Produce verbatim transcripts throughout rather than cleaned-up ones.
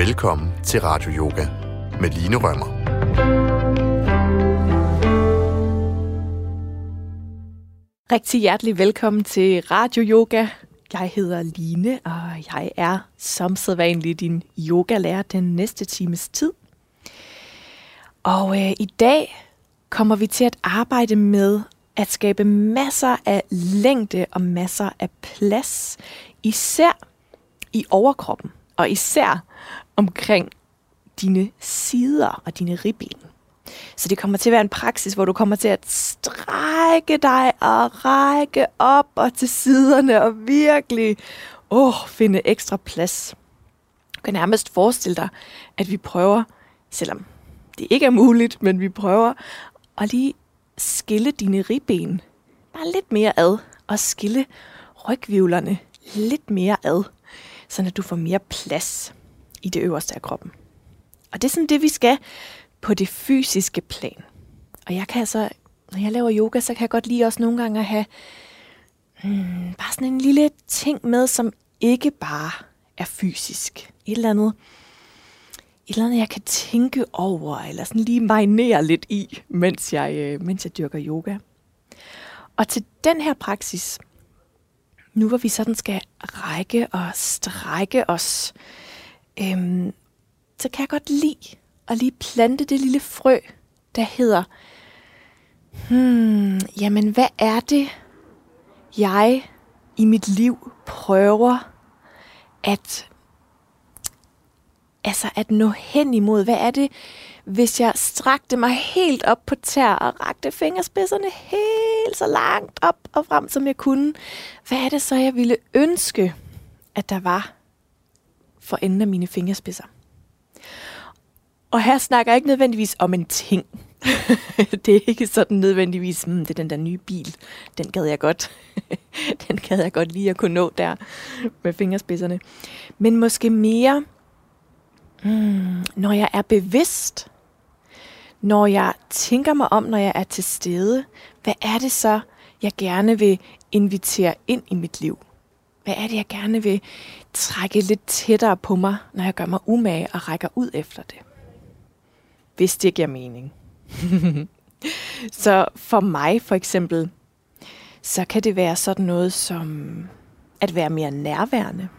Velkommen til Radio Yoga med Line Rømer. Rigtig hjertelig velkommen til Radio Yoga. Jeg hedder Line, og jeg er som sædvanlig din yogalærer den næste times tid. Og øh, i dag kommer vi til at arbejde med at skabe masser af længde og masser af plads, især i overkroppen, og især omkring dine sider og dine ribben. Så det kommer til at være en praksis, hvor du kommer til at strække dig og række op og til siderne og virkelig åh, finde ekstra plads. Du kan nærmest forestille dig, at vi prøver, selvom det ikke er muligt, men vi prøver at lige skille dine ribben bare lidt mere ad og skille rygvivlerne lidt mere ad, så at du får mere plads i det øverste af kroppen. Og det er sådan det, vi skal på det fysiske plan. Og jeg kan altså, når jeg laver yoga, så kan jeg godt lide også nogle gange at have hmm, bare sådan en lille ting med, som ikke bare er fysisk. Et eller andet, et eller andet jeg kan tænke over, eller sådan lige marinere lidt i, mens jeg, øh, mens jeg dyrker yoga. Og til den her praksis, nu hvor vi sådan skal række og strække os, øhm, så kan jeg godt lide at lige plante det lille frø, der hedder, hmm, jamen hvad er det, jeg i mit liv prøver at, altså at nå hen imod? Hvad er det, hvis jeg strakte mig helt op på tær og rakte fingerspidserne helt så langt op og frem, som jeg kunne? Hvad er det så, jeg ville ønske, at der var for enden af mine fingerspidser? Og her snakker jeg ikke nødvendigvis om en ting. Det er ikke sådan nødvendigvis, hmm, det er den der nye bil. Den gad jeg godt. Den gad jeg godt lige at kunne nå der med fingerspidserne. Men måske mere, hmm, når jeg er bevidst, når jeg tænker mig om, når jeg er til stede, hvad er det så, jeg gerne vil invitere ind i mit liv? Hvad er det, jeg gerne vil trække lidt tættere på mig, når jeg gør mig umage og rækker ud efter det? Hvis det giver mening. Så for mig for eksempel, så kan det være sådan noget som at være mere nærværende.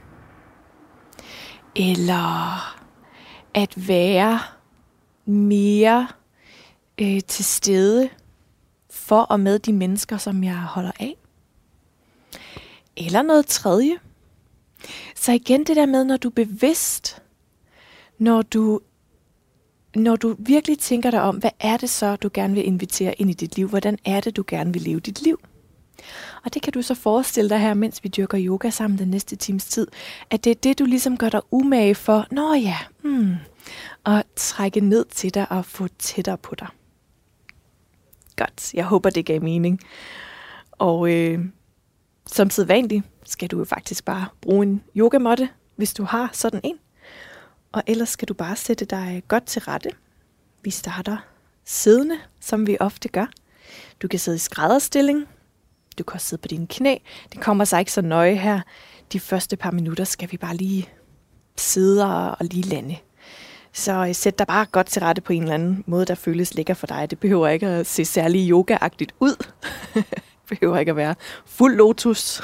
Eller at være mere øh, til stede for og med de mennesker, som jeg holder af. Eller noget tredje. Så igen det der med, når du er bevidst, når du Når du virkelig tænker dig om, hvad er det så, du gerne vil invitere ind i dit liv? Hvordan er det, du gerne vil leve dit liv? Og det kan du så forestille dig her, mens vi dyrker yoga sammen den næste times tid, at det er det, du ligesom gør dig umage for, nå ja, hmm, at trække ned til dig og få tættere på dig. Godt, jeg håber, det gav mening. Og øh, som sædvanligt skal du jo faktisk bare bruge en yogamåtte, hvis du har sådan en. Og ellers skal du bare sætte dig godt til rette. Vi starter siddende, som vi ofte gør. Du kan sidde i skrædderstilling. Du kan også sidde på dine knæ. Det kommer sig ikke så nøje her. De første par minutter skal vi bare lige sidde og lige lande. Så sæt dig bare godt til rette på en eller anden måde, der føles lækker for dig. Det behøver ikke at se særlig yoga-agtigt ud. Det behøver ikke at være fuld lotus.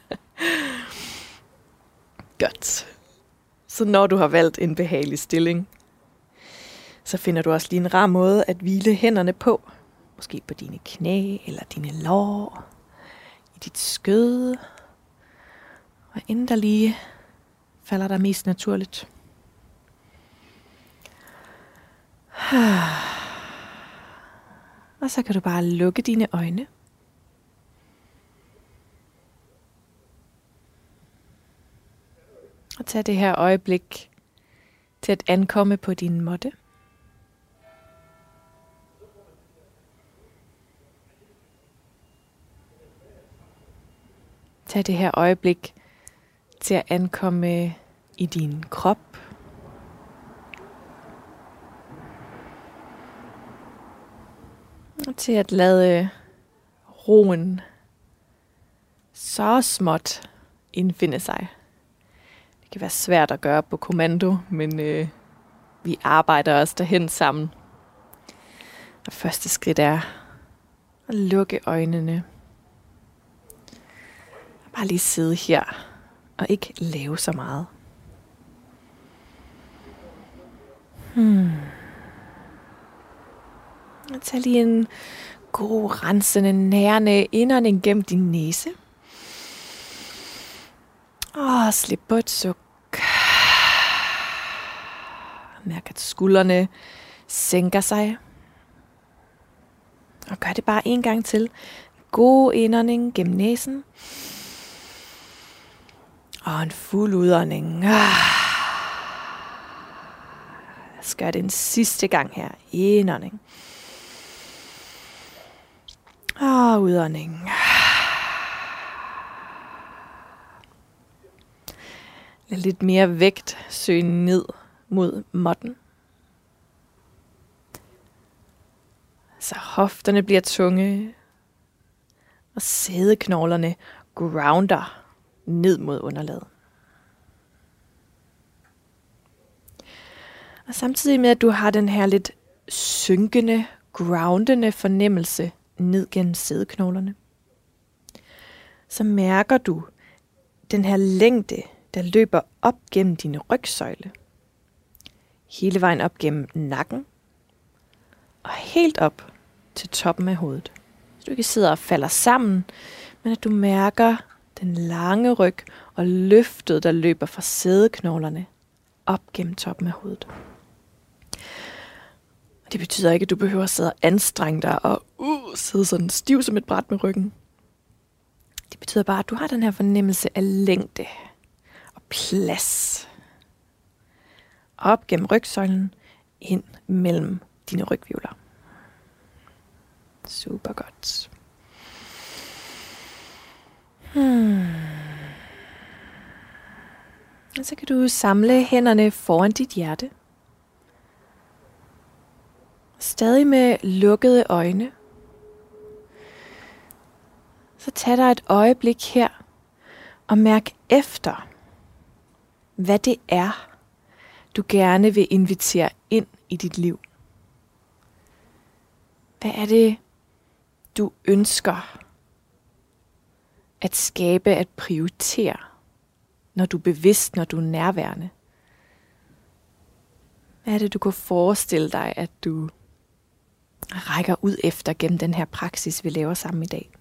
Godt. Så når du har valgt en behagelig stilling, så finder du også lige en rar måde at hvile hænderne på. Måske på dine knæ eller dine lår, i dit skød. Og inden der lige falder der mest naturligt. Og så kan du bare lukke dine øjne. Og tag det her øjeblik til at ankomme på din måtte. Tag det her øjeblik til at ankomme i din krop. Og til at lade roen så småt indfinde sig. Det kan være svært at gøre på kommando, men øh, vi arbejder os derhen sammen. Og første skridt er at lukke øjnene. Og bare lige sidde her og ikke lave så meget. Hmm. Og tag lige en god, rensende, nærende indånding gennem din næse. Og slip på et suk. Mærk, at skuldrene sænker sig. Og gør det bare en gang til. God indånding gennem næsen. Og en fuld udånding. Jeg skal gøre det en sidste gang her. Indånding. Og udånding. Lad lidt mere vægt søge ned mod måtten. Så hofterne bliver tunge. Og sædeknoglerne grounder ned mod underlaget. Og samtidig med, at du har den her lidt synkende, groundende fornemmelse ned gennem sædeknoglerne, så mærker du den her længde, der løber op gennem din rygsøjle. Hele vejen op gennem nakken. Og helt op til toppen af hovedet. Så du ikke sidder og falder sammen, men at du mærker den lange ryg og løftet, der løber fra sædeknoglerne op gennem toppen af hovedet. Og det betyder ikke, at du behøver at sidde og anstrenge dig og uh, sidde sådan stiv som et bræt med ryggen. Det betyder bare, at du har den her fornemmelse af længde og plads. Op gennem rygsøjlen, ind mellem dine ryghvirvler. Super godt. Hmm. Og så kan du samle hænderne foran dit hjerte. Stadig med lukkede øjne. Så tag dig et øjeblik her og mærk efter, hvad det er, du gerne vil invitere ind i dit liv. Hvad er det, du ønsker at skabe, at prioritere, når du er bevidst, når du er nærværende? Hvad er det, du kunne forestille dig, at du rækker ud efter gennem den her praksis, vi laver sammen i dag?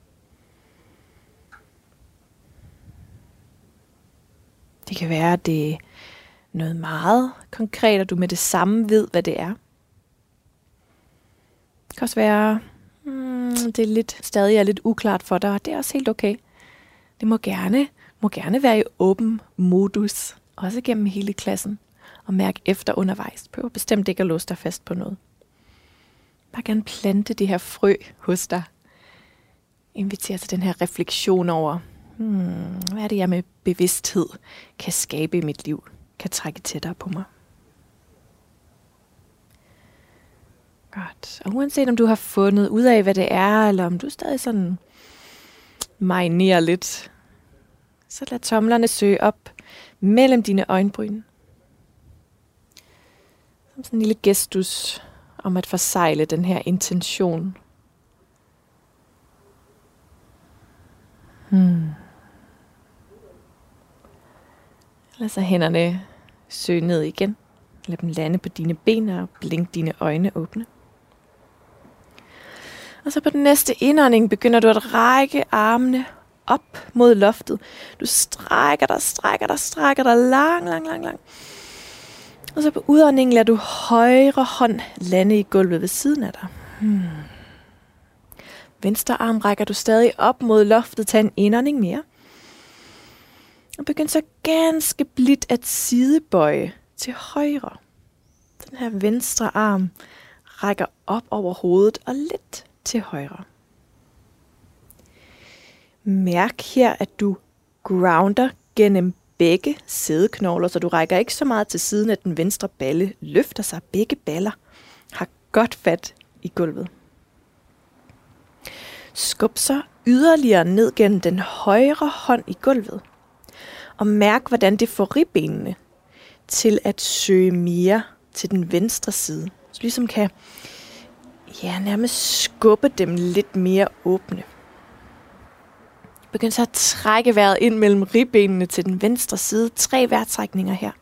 Det kan være, at det er noget meget konkret, og du med det samme ved, hvad det er. Det kan også være, hmm, det er lidt, stadig er lidt uklart for dig, og det er også helt okay. Det må gerne, må gerne være i åben modus, også gennem hele klassen, og mærk efter undervejs. Prøv bestemt ikke at låse dig fast på noget. Bare gerne plante det her frø hos dig. Inviter til den her refleksion over, hmm, hvad er det, jeg med bevidsthed kan skabe i mit liv, kan trække tættere på mig. Godt. Og uanset om du har fundet ud af, hvad det er, eller om du stadig sådan marinerer lidt, så lad tomlerne søge op mellem dine øjenbryn. Som sådan en lille gestus om at forsegle den her intention. Hmm. Lad så hænderne søge ned igen. Lad dem lande på dine ben og blink dine øjne åbne. Og så på den næste indånding begynder du at række armene op mod loftet. Du strækker dig, strækker dig, strækker dig lang, lang, lang, lang. Og så på udåndingen lader du højre hånd lande i gulvet ved siden af dig. Hmm. Venstre arm rækker du stadig op mod loftet. Tag en indånding mere. Og begynd så ganske blidt at sidebøje til højre. Den her venstre arm rækker op over hovedet og lidt til højre. Mærk her, at du grounder gennem begge sædeknogler, så du rækker ikke så meget til siden, at den venstre balle løfter sig. Begge baller har godt fat i gulvet. Skub så yderligere ned gennem den højre hånd i gulvet. Og mærk, hvordan det får ribbenene til at søge mere til den venstre side. Så ligesom kan ja, nærmest skubbe dem lidt mere åbne. Begynd så at trække vejret ind mellem ribbenene til den venstre side. Tre vejrtrækninger her.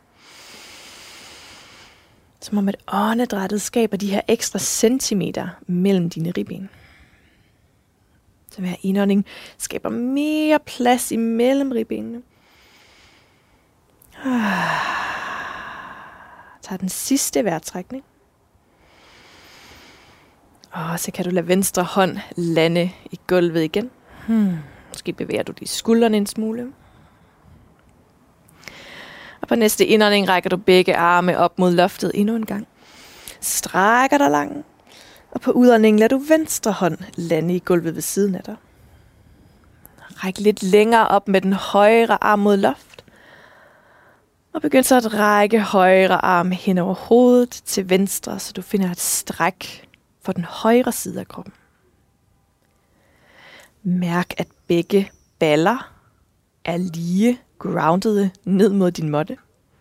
Som om et åndedrættet skaber de her ekstra centimeter mellem dine ribben. Så hver indånding skaber mere plads imellem ribbenene. Tag den sidste vejrtrækning. Og så kan du lade venstre hånd lande i gulvet igen. Hmm. Måske bevæger du de skuldrene en smule. Og på næste indånding rækker du begge arme op mod loftet endnu en gang. Strækker dig langt. Og på udåndingen lader du venstre hånd lande i gulvet ved siden af dig. Ræk lidt længere op med den højre arm mod loft. Og begynd så at række højre arm hen over hovedet til venstre, så du finder et stræk for den højre side af kroppen. Mærk, at begge baller er lige groundede ned mod din måtte.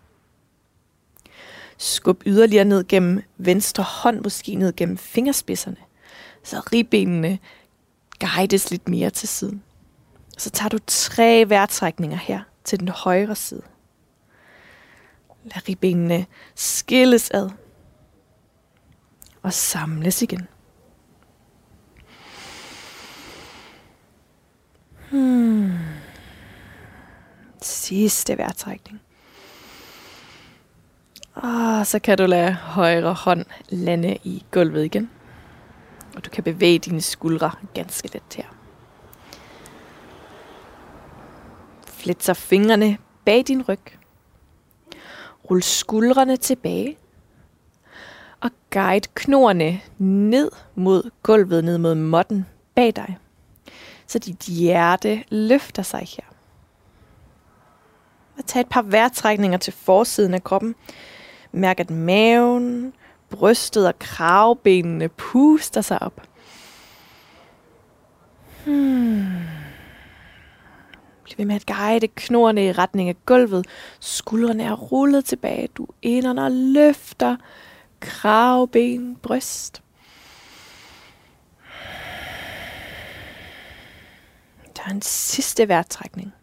Skub yderligere ned gennem venstre hånd, måske ned gennem fingerspidserne, så ribbenene guides lidt mere til siden. Så tager du tre vejrtrækninger her til den højre side. Lad ribbenene skilles ad og samles igen. Hmm. Sidste vejrtrækning. Og så kan du lade højre hånd lande i gulvet igen. Og du kan bevæge dine skuldre ganske let her. Flet så fingrene bag din ryg. Rul skuldrene tilbage. Og guide knorene ned mod gulvet, ned mod måtten bag dig. Så dit hjerte løfter sig her. Og tag et par vejrtrækninger til forsiden af kroppen. Mærk, at maven, brystet og kravbenene puster sig op. Hmm. Bliv ved med at guide knorene i retning af gulvet. Skuldrene er rullet tilbage. Du indånder og løfter kravben, bryst. Der er en sidste vejrtrækning.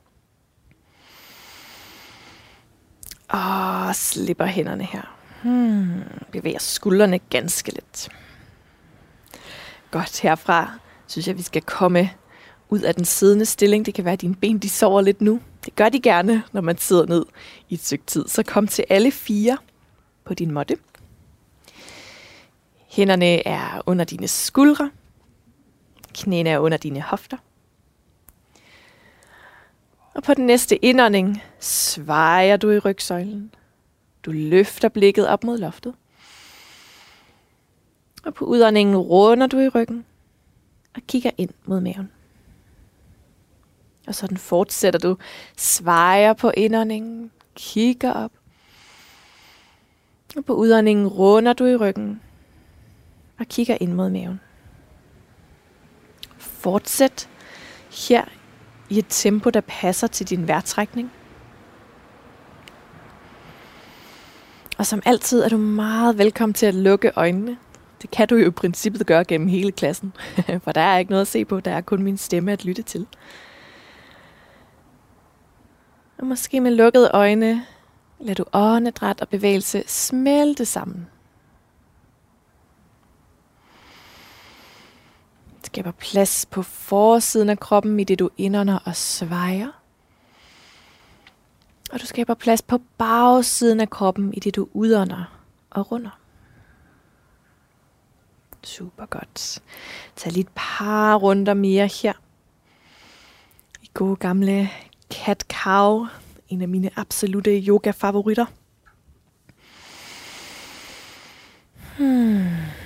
Og slipper hænderne her. Hmm. Bevæger skuldrene ganske let. Godt, herfra synes jeg, vi skal komme ud af den siddende stilling. Det kan være, at dine ben de sover lidt nu. Det gør de gerne, når man sidder ned i et stykke tid. Så kom til alle fire på din måtte. Hænderne er under dine skuldre. Knæene er under dine hofter. Og på den næste indånding svejer du i rygsøjlen. Du løfter blikket op mod loftet. Og på udåndingen runder du i ryggen og kigger ind mod maven. Og sådan fortsætter du. Svejer på indåndingen, kigger op. Og på udåndingen runder du i ryggen og kigger ind mod maven. Fortsæt her i et tempo, der passer til din vejrtrækning. Og som altid er du meget velkommen til at lukke øjnene. Det kan du jo i princippet gøre gennem hele klassen, for der er ikke noget at se på, der er kun min stemme at lytte til. Og måske med lukkede øjne, lader du åndedræt og bevægelse smelte sammen. Skaber plads på forsiden af kroppen i det du indånder og svejer. Og du skaber plads på bagsiden af kroppen i det du udånder og runder. Super godt. Tag lige et par runder mere her. I gode gamle cat-cow. En af mine absolutte yoga-favoritter. Hmm.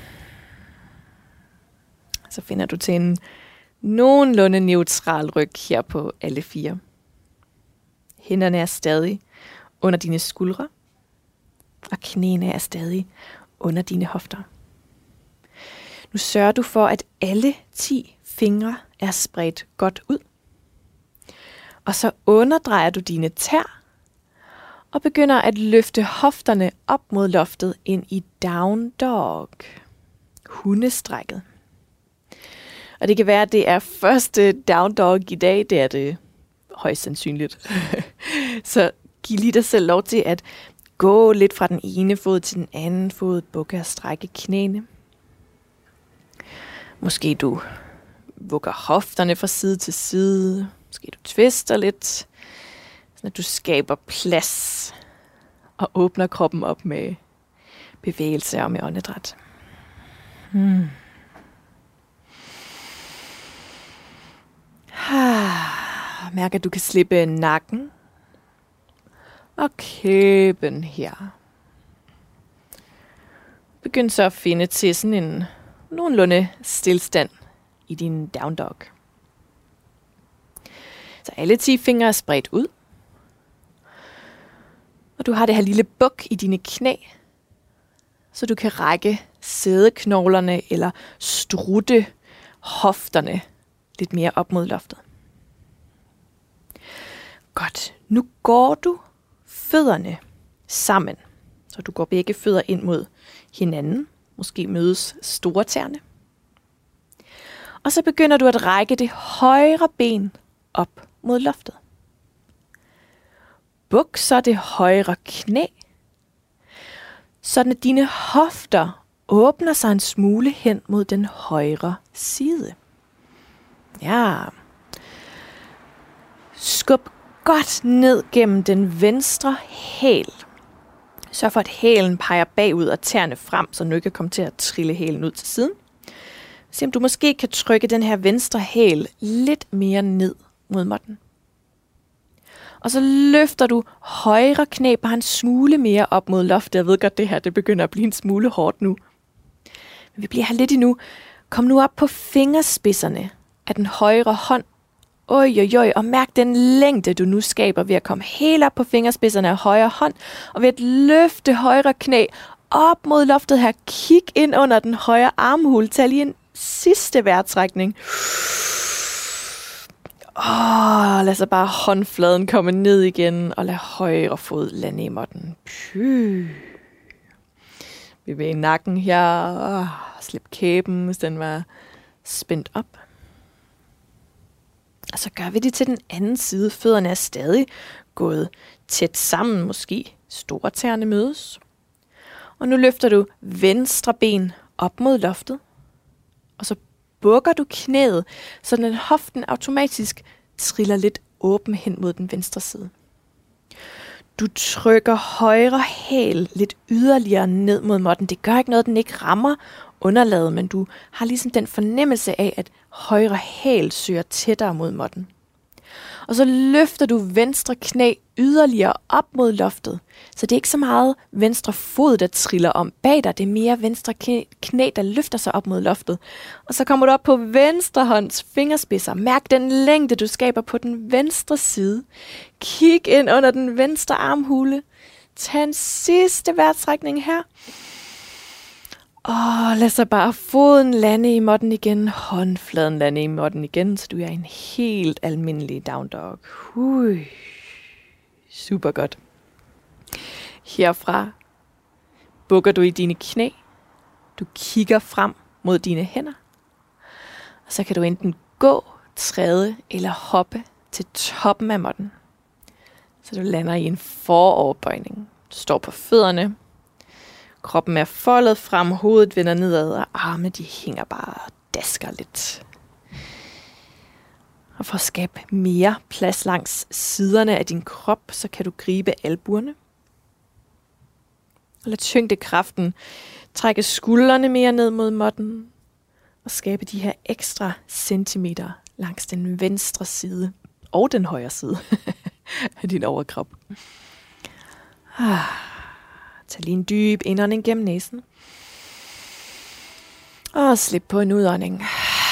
Så finder du til en nogenlunde neutral ryg her på alle fire. Hænderne er stadig under dine skuldre, og knæene er stadig under dine hofter. Nu sørger du for, at alle ti fingre er spredt godt ud. Og så underdrejer du dine tær, og begynder at løfte hofterne op mod loftet ind i down dog. Hundestrækket. Og det kan være, at det er første down dog i dag. Det er det højst sandsynligt. Så giv lige dig selv lov til at gå lidt fra den ene fod til den anden fod. Bukke og strække knæene. Måske du vugger hofterne fra side til side. Måske du twister lidt. Så at du skaber plads og åbner kroppen op med bevægelse og med åndedræt. Hmm. Mærk, at du kan slippe nakken og kæben her. Begynd så at finde til sådan en nogenlunde stillstand i din down dog. Så alle ti fingre er spredt ud. Og du har det her lille buk i dine knæ, så du kan række sædeknoglerne eller strutte hofterne lidt mere op mod loftet. Godt. Nu går du fødderne sammen. Så du går begge fødder ind mod hinanden. Måske mødes store tæerne. Og så begynder du at række det højre ben op mod loftet. Buk så det højre knæ, sådan at dine hofter åbner sig en smule hen mod den højre side. Ja. Skub godt ned gennem den venstre hæl. Sørg for, at hælen peger bagud og tæerne frem, så du ikke kan komme til at trille hælen ud til siden. Se om du måske kan trykke den her venstre hæl lidt mere ned mod måtten. Og så løfter du højre knæ bare en smule mere op mod loftet. Jeg ved godt, det her det begynder at blive en smule hårdt nu. Men vi bliver her lidt endnu. Kom nu op på fingerspidserne af den højre hånd. Oj, oj, oj, og mærk den længde, du nu skaber ved at komme helt op på fingerspidserne af højre hånd. Og ved at løfte højre knæ op mod loftet her. Kig ind under den højre armhule. Tag lige en sidste vejrtrækning. Åh, lad så bare håndfladen komme ned igen, og lad højre fod lande i måtten. Py. Bevæg nakken her. Åh, slip kæben, hvis den var spændt op. Og så gør vi det til den anden side. Fødderne er stadig gået tæt sammen, måske store tæerne mødes. Og nu løfter du venstre ben op mod loftet. Og så bukker du knæet, så den hoften automatisk triller lidt åben hen mod den venstre side. Du trykker højre hæl lidt yderligere ned mod måtten. Det gør ikke noget, den ikke rammer underlaget, men du har ligesom den fornemmelse af, at højre hæl søger tættere mod måtten. Og så løfter du venstre knæ yderligere op mod loftet. Så det er ikke så meget venstre fod, der triller om bag dig. Det er mere venstre knæ, der løfter sig op mod loftet. Og så kommer du op på venstre hånds fingerspidser. Mærk den længde, du skaber på den venstre side. Kig ind under den venstre armhule. Tag en sidste vejrtrækning her. Og lad så bare foden lande i måtten igen, håndfladen lande i måtten igen, så du er en helt almindelig down dog. Hui. Super godt. Herfra bukker du i dine knæ. Du kigger frem mod dine hænder. Og så kan du enten gå, træde eller hoppe til toppen af måtten. Så du lander i en foroverbøjning. Du står på fødderne. Kroppen er foldet frem, hovedet vender nedad, og armene de hænger bare og dasker lidt. Og for at skabe mere plads langs siderne af din krop, så kan du gribe albuerne. Og lad tyngdekraften trække skuldrene mere ned mod måtten, og skabe de her ekstra centimeter langs den venstre side og den højre side af din overkrop. Ah. Tag lige en dyb indånding gennem næsen. Og slip på en udånding.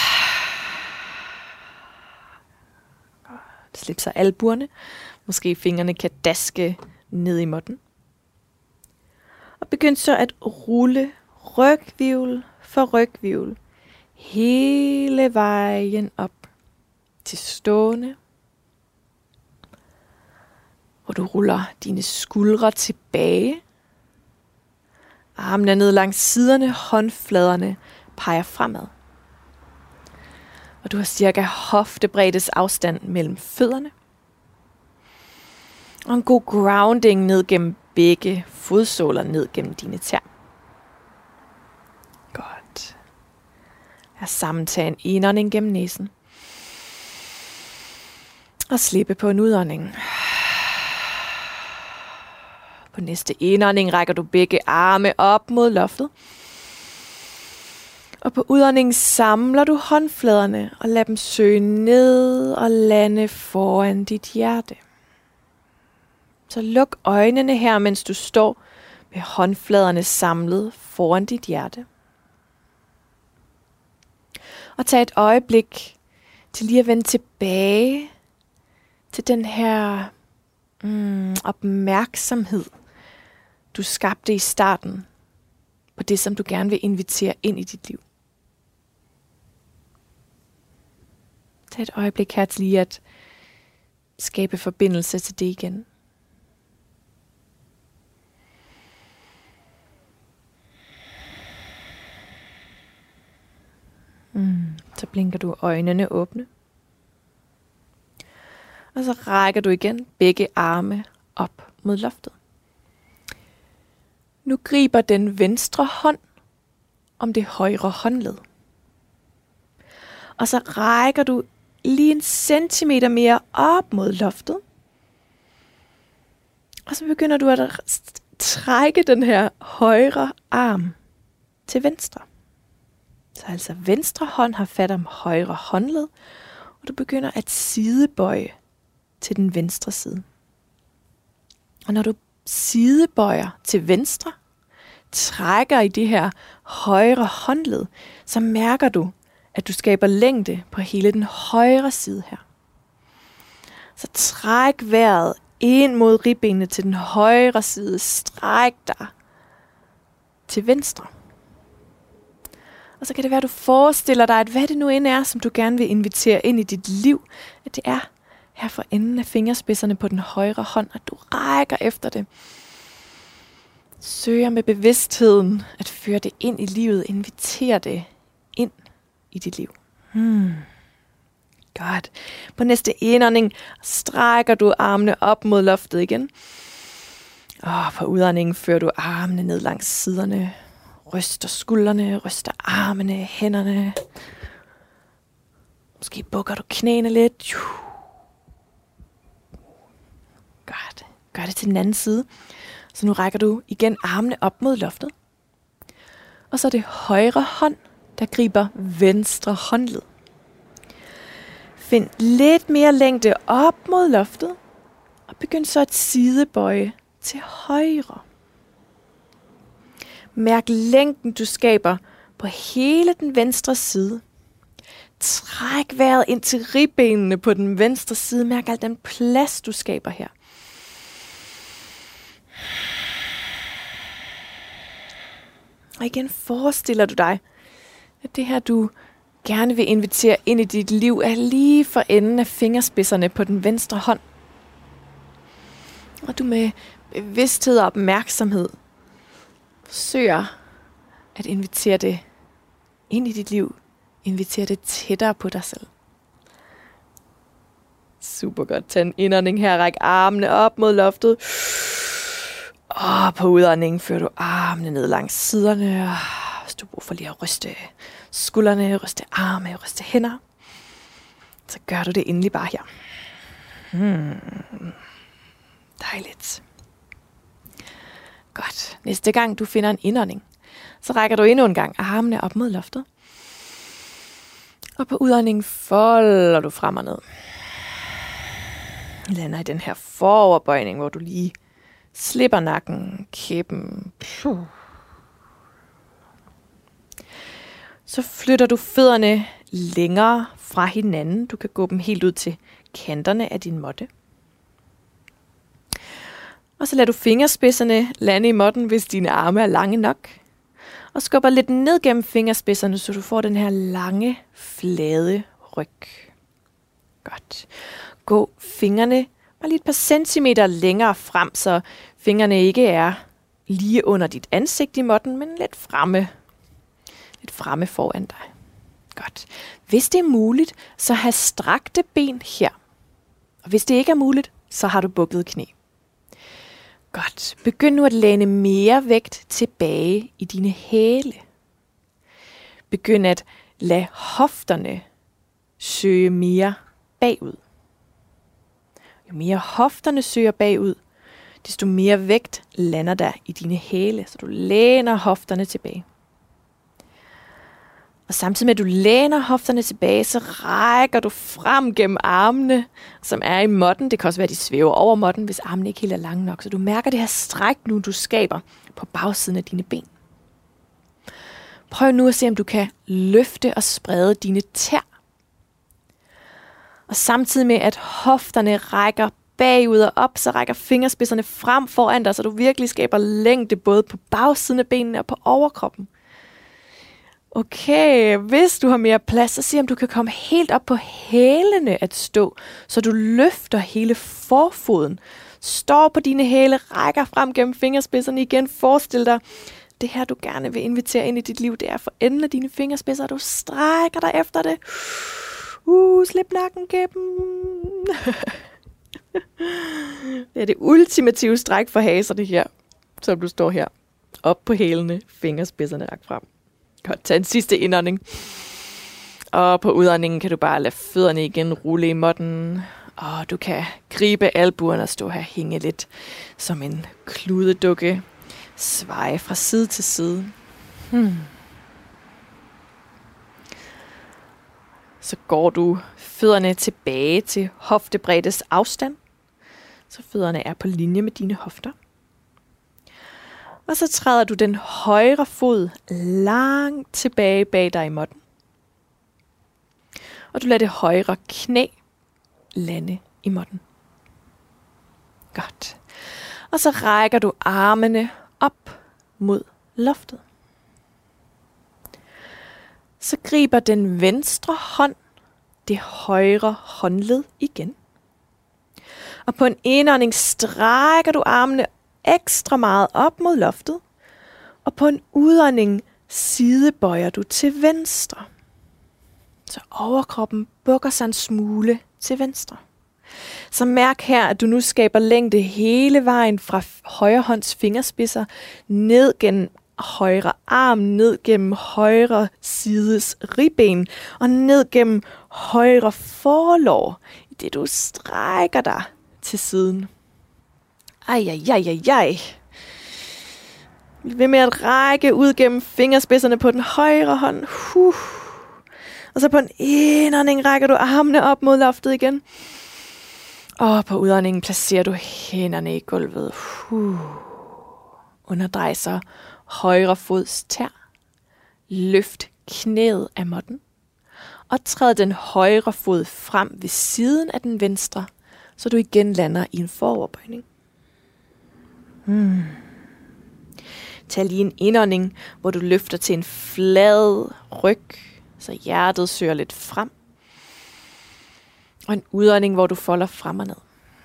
Slip så albuerne. Måske fingrene kan daske ned i måtten. Og begynd så at rulle ryghvirvel for ryghvirvel. Hele vejen op til stående. hvor du ruller dine skuldre tilbage. Armene er ned langs siderne, håndfladerne peger fremad. Og du har cirka hoftebreddes afstand mellem fødderne. Og en god grounding ned gennem begge fodsåler, ned gennem dine tær. Godt. Her sammentag en indånding gennem næsen. Og slippe på en udånding. På næste indånding rækker du begge arme op mod loftet. Og på udåndingen samler du håndfladerne og lader dem søge ned og lande foran dit hjerte. Så luk øjnene her, mens du står med håndfladerne samlet foran dit hjerte. Og tag et øjeblik til lige at vende tilbage til den her mm, opmærksomhed, du skabte i starten på det, som du gerne vil invitere ind i dit liv. Tag et øjeblik her til lige at skabe forbindelse til det igen. Mm, så blinker du øjnene åbne. Og så rækker du igen begge arme op mod loftet. Nu griber den venstre hånd om det højre håndled. Og så rækker du lige en centimeter mere op mod loftet. Og så begynder du at trække den her højre arm til venstre. Så altså venstre hånd har fat om højre håndled, og du begynder at sidebøje til den venstre side. Og når du sidebøjer til venstre, trækker i det her højre håndled, så mærker du, at du skaber længde på hele den højre side her. Så træk vejret ind mod ribbenene til den højre side. Stræk dig til venstre. Og så kan det være, at du forestiller dig, at hvad det nu end er, som du gerne vil invitere ind i dit liv, at det er her for enden af fingerspidserne på den højre hånd, at du rækker efter det. Søger med bevidstheden at føre det ind i livet. Inviter det ind i dit liv. Hmm. Godt. På næste indånding strækker du armene op mod loftet igen. Og på udåndingen fører du armene ned langs siderne. Ryster skuldrene, ryster armene, hænderne. Måske bukker du knæene lidt. Godt. Gør det til den anden side. Så nu rækker du igen armene op mod loftet. Og så er det højre hånd, der griber venstre håndled. Find lidt mere længde op mod loftet. Og begynd så at sidebøje til højre. Mærk længden, du skaber på hele den venstre side. Træk vejret ind til ribbenene på den venstre side. Mærk al den plads, du skaber her. Og igen forestiller du dig, at det her, du gerne vil invitere ind i dit liv, er lige for enden af fingerspidserne på den venstre hånd. Og du med bevidsthed og opmærksomhed forsøger at invitere det ind i dit liv. Invitere det tættere på dig selv. Super godt. Tag en indånding her. Ræk armene op mod loftet. Og på udåndingen fører du armene ned langs siderne. Hvis du bruger for lige at ryste skuldrene, ryste arme, ryste hænder, så gør du det endelig bare her. Hmm. Dejligt. Godt. Næste gang du finder en indånding, så rækker du endnu en gang armene op mod loftet. Og på udåndingen folder du frem og ned. Lander i den her foroverbøjning, hvor du lige slipper nakken, kæben. Puh. Så flytter du fødderne længere fra hinanden. Du kan gå dem helt ud til kanterne af din måtte. Og så lader du fingerspidserne lande i måtten, hvis dine arme er lange nok. Og skubber lidt ned gennem fingerspidserne, så du får den her lange, flade ryg. Godt. Gå fingrene Bare lige et par centimeter længere frem, så fingrene ikke er lige under dit ansigt i måtten, men lidt fremme. Lidt fremme foran dig. Godt. Hvis det er muligt, så have strakte ben her. Og hvis det ikke er muligt, så har du bukket knæ. Godt. Begynd nu at læne mere vægt tilbage i dine hæle. Begynd at lade hofterne søge mere bagud. Jo mere hofterne søger bagud, desto mere vægt lander der i dine hæle, så du læner hofterne tilbage. Og samtidig med at du læner hofterne tilbage, så rækker du frem gennem armene, som er i måtten. Det kan også være, at de svæver over måtten, hvis armene ikke helt er lange nok. Så du mærker det her stræk nu, du skaber på bagsiden af dine ben. Prøv nu at se, om du kan løfte og sprede dine tæer. Og samtidig med, at hofterne rækker bagud og op, så rækker fingerspidserne frem foran dig, så du virkelig skaber længde både på bagsiden af benene og på overkroppen. Okay, hvis du har mere plads, så se om du kan komme helt op på hælene at stå, så du løfter hele forfoden. Står på dine hæle, rækker frem gennem fingerspidserne igen. Forestil dig, det her du gerne vil invitere ind i dit liv, det er for enden af dine fingerspidser, og du strækker dig efter det. Uh, slip nakken gennem. Det er det ultimative stræk for haser, det her, som du står her. Op på hælene, fingerspidserne rakt frem. Godt, tag en sidste indånding. Og på udåndingen kan du bare lade fødderne igen rulle i måtten. Og du kan gribe albuerne og stå her og hænge lidt som en kludedukke. Sveje fra side til side. Hmm. Så går du fødderne tilbage til hoftebreddes afstand. Så fødderne er på linje med dine hofter. Og så træder du den højre fod langt tilbage bag dig i måtten. Og du lader det højre knæ lande i måtten. Godt. Og så rækker du armene op mod loftet. Så griber den venstre hånd det højre håndled igen. Og på en indånding strækker du armene ekstra meget op mod loftet, og på en udånding sidebøjer du til venstre. Så overkroppen bukker sig en smule til venstre. Så mærk her, at du nu skaber længde hele vejen fra højre hånds fingerspidser ned gennem højre arm, ned gennem højre sides ribben og ned gennem højre forlår, i det du strækker dig til siden. Ej, ej, ej, ej, ej. Bliv ved med at række ud gennem fingerspidserne på den højre hånd. Uh. Og så på en indånding rækker du armene op mod loftet igen. Og på udåndingen placerer du hænderne i gulvet. Uh. Underdrej så højre fods tær. Løft knæet af måtten. Og træd den højre fod frem ved siden af den venstre, så du igen lander i en foroverbøjning. Hmm. Tag lige en indånding, hvor du løfter til en flad ryg, så hjertet søger lidt frem. Og en udånding, hvor du folder frem og ned.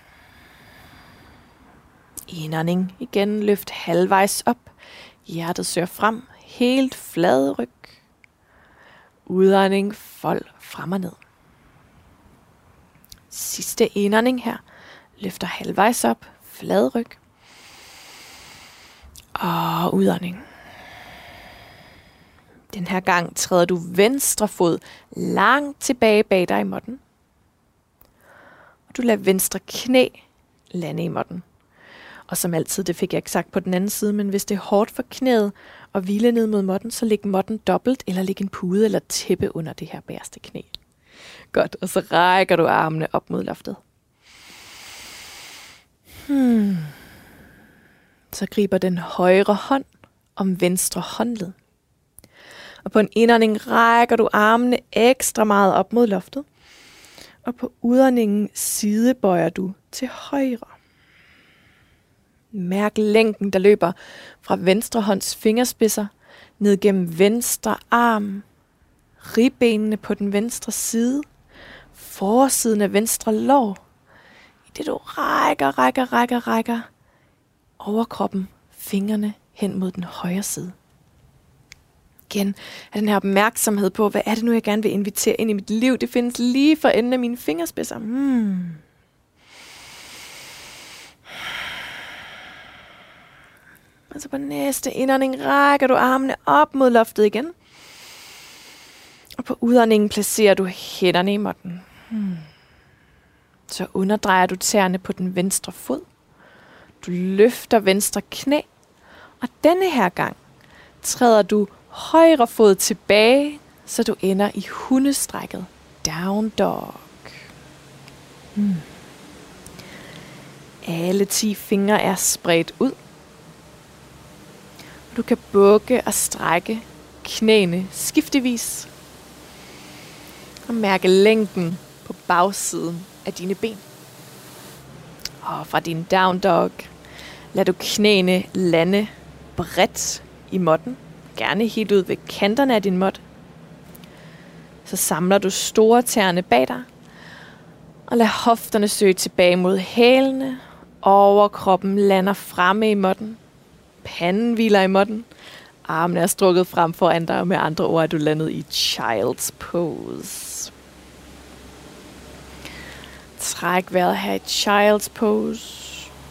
Indånding igen, løft halvvejs op. Hjertet søger frem, helt flad ryg. Udånding, fold frem og ned. Sidste indånding her, løfter halvvejs op, flad ryg. Og udånding. Den her gang træder du venstre fod langt tilbage bag dig i måtten. Og du lader venstre knæ lande i måtten. Og som altid, det fik jeg ikke sagt på den anden side, men hvis det er hårdt for knæet og hvile ned mod måtten, så læg måtten dobbelt, eller læg en pude eller tæppe under det her bagerste knæ. Godt, og så rækker du armene op mod loftet. Hmm. Så griber den højre hånd om venstre håndled. Og på en indånding rækker du armene ekstra meget op mod loftet. Og på udåndingen sidebøjer du til højre. Mærk længden, der løber fra venstre hånds fingerspidser ned gennem venstre arm, ribbenene på den venstre side, forsiden af venstre lår, i det du rækker, rækker, rækker, rækker overkroppen, fingrene hen mod den højre side. Igen er den her opmærksomhed på, hvad er det nu, jeg gerne vil invitere ind i mit liv. Det findes lige for enden af mine fingerspidser. Hmm. Og så på næste indånding rækker du armene op mod loftet igen. Og på udåndingen placerer du hænderne i måtten. Hmm. Så underdrejer du tæerne på den venstre fod. Du løfter venstre knæ. Og denne her gang træder du højre fod tilbage, så du ender i hundestrækket. Down dog. Hmm. Alle ti fingre er spredt ud. Du kan bukke og strække knæene skiftevis. Og mærke længden på bagsiden af dine ben. Og fra din down dog, lad du knæene lande bredt i måtten. Gerne helt ud ved kanterne af din måtte. Så samler du store tæerne bag dig. Og lad hofterne søge tilbage mod hælene. Overkroppen lander fremme i måtten. Panden hviler i måtten. Armene er strukket frem foran dig, og med andre ord er du landet i child's pose. Træk vejret her i child's pose.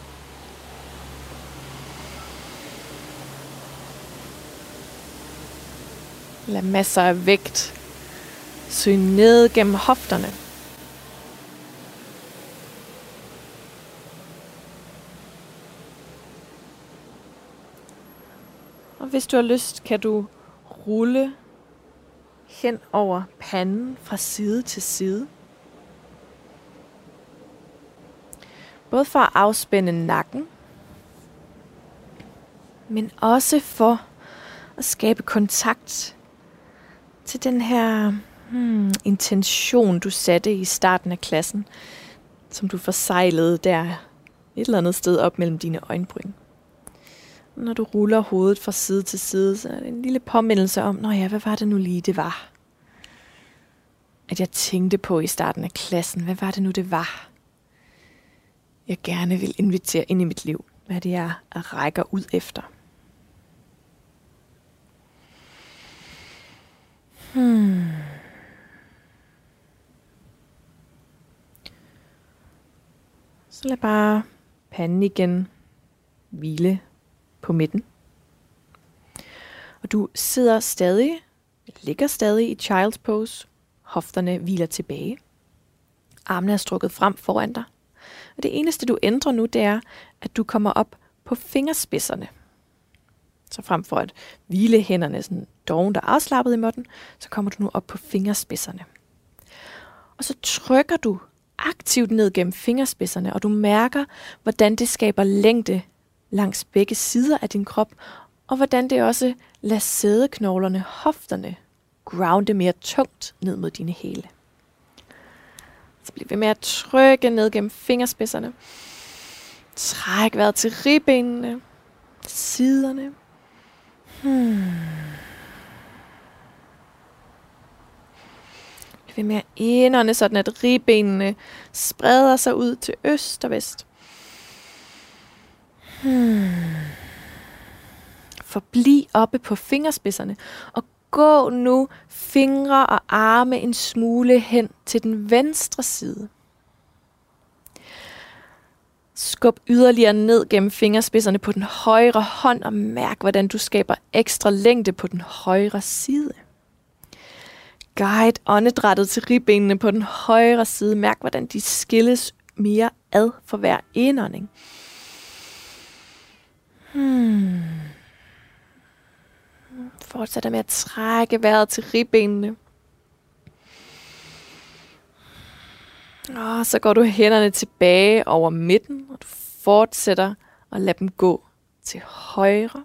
Lad masser af vægt søge ned gennem hofterne. Og hvis du har lyst, kan du rulle hen over panden fra side til side. Både for at afspænde nakken, men også for at skabe kontakt til den her hmm, intention, du satte i starten af klassen, som du forsejlede der et eller andet sted op mellem dine øjenbryn. Når du ruller hovedet fra side til side, så er det en lille påmindelse om, nå ja, hvad var det nu lige, det var? At jeg tænkte på i starten af klassen, hvad var det nu, det var? Jeg gerne vil invitere ind i mit liv. Hvad er det, jeg rækker ud efter? Hmm. Så lad bare panden igen hvile på midten. Og du sidder stadig, ligger stadig i child's pose. Hofterne hviler tilbage. Armene er strukket frem foran dig. Og det eneste du ændrer nu, det er, at du kommer op på fingerspidserne. Så frem for at hvile hænderne sådan dovent og afslappet i måtten, så kommer du nu op på fingerspidserne. Og så trykker du aktivt ned gennem fingerspidserne, og du mærker, hvordan det skaber længde langs begge sider af din krop, og hvordan det også lader sædeknoglerne, hofterne, grounde mere tungt ned mod dine hæle. Så bliv ved med at trykke ned gennem fingerspidserne. Træk vejret til ribbenene, siderne. Hmm. Bliv ved med at indånde, sådan at ribbenene spreder sig ud til øst og vest. Hmm. Forbliv oppe på fingerspidserne, og gå nu fingre og arme en smule hen til den venstre side. Skub yderligere ned gennem fingerspidserne på den højre hånd, og mærk, hvordan du skaber ekstra længde på den højre side. Guide åndedrættet til ribbenene på den højre side. Mærk, hvordan de skilles mere ad for hver indånding. Hmm. Fortsætter med at trække vejret til ribbenene. Og så går du hænderne tilbage over midten, og du fortsætter at lade dem gå til højre.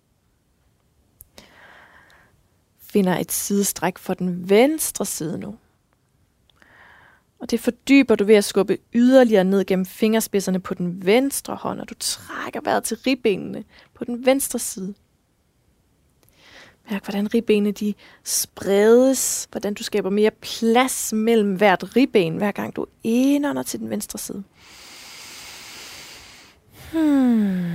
Finder et sidestræk for den venstre side nu. Og det fordyber du ved at skubbe yderligere ned gennem fingerspidserne på den venstre hånd, og du trækker vejret til ribbenene på den venstre side. Mærk, hvordan ribbenene de spredes, hvordan du skaber mere plads mellem hvert ribben, hver gang du indånder til den venstre side. Hmm.